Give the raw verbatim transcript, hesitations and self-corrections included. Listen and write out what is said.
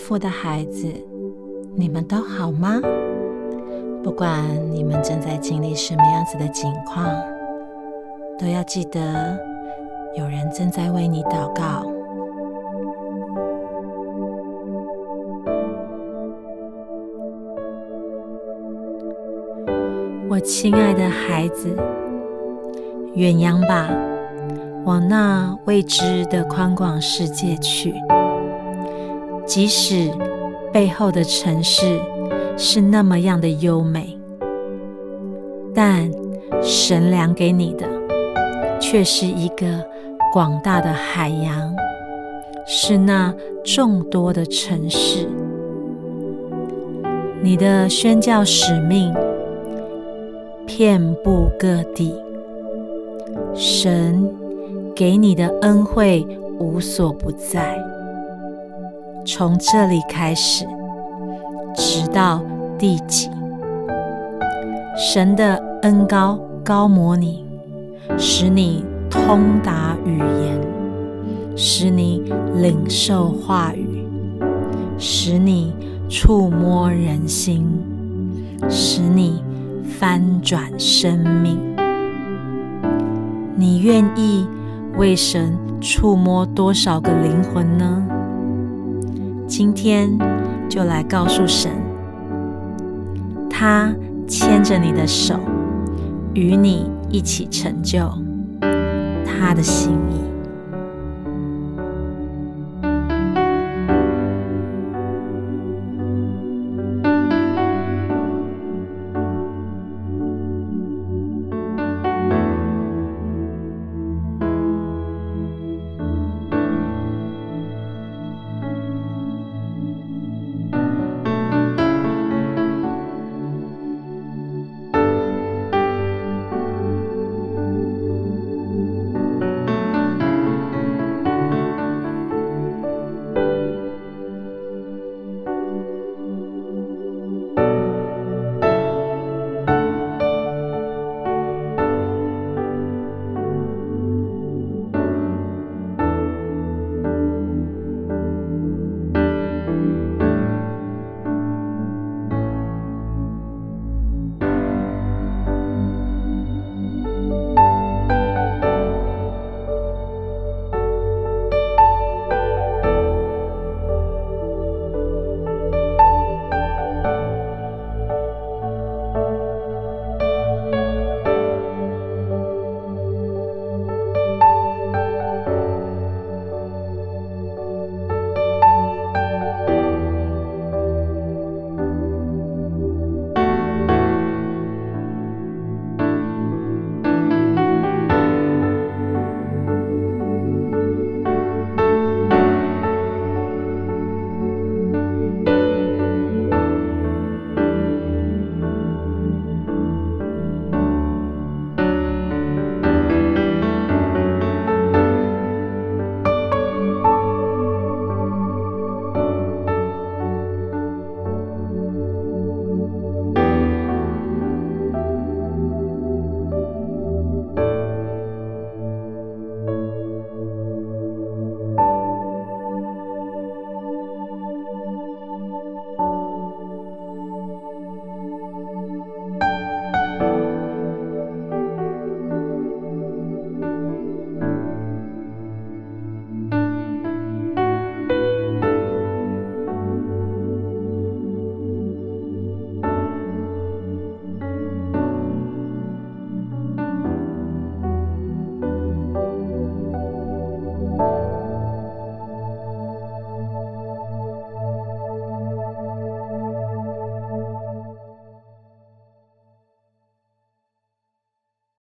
福的孩子，你们都好吗？不管你们正在经历什么样子的境况，都要记得有人正在为你祷告。我亲爱的孩子，远扬吧，往那未知的宽广世界去。即使背后的城市是那么样的优美，但神量给你的却是一个广大的海洋，是那众多的城市。你的宣教使命遍布各地，神给你的恩惠无所不在。从这里开始，直到地极，神的恩膏膏抹你，使你通达语言，使你领受话语，使你触摸人心，使你翻转生命。你愿意为神触摸多少个灵魂呢？今天就来告诉神，他牵着你的手，与你一起成就他的心意。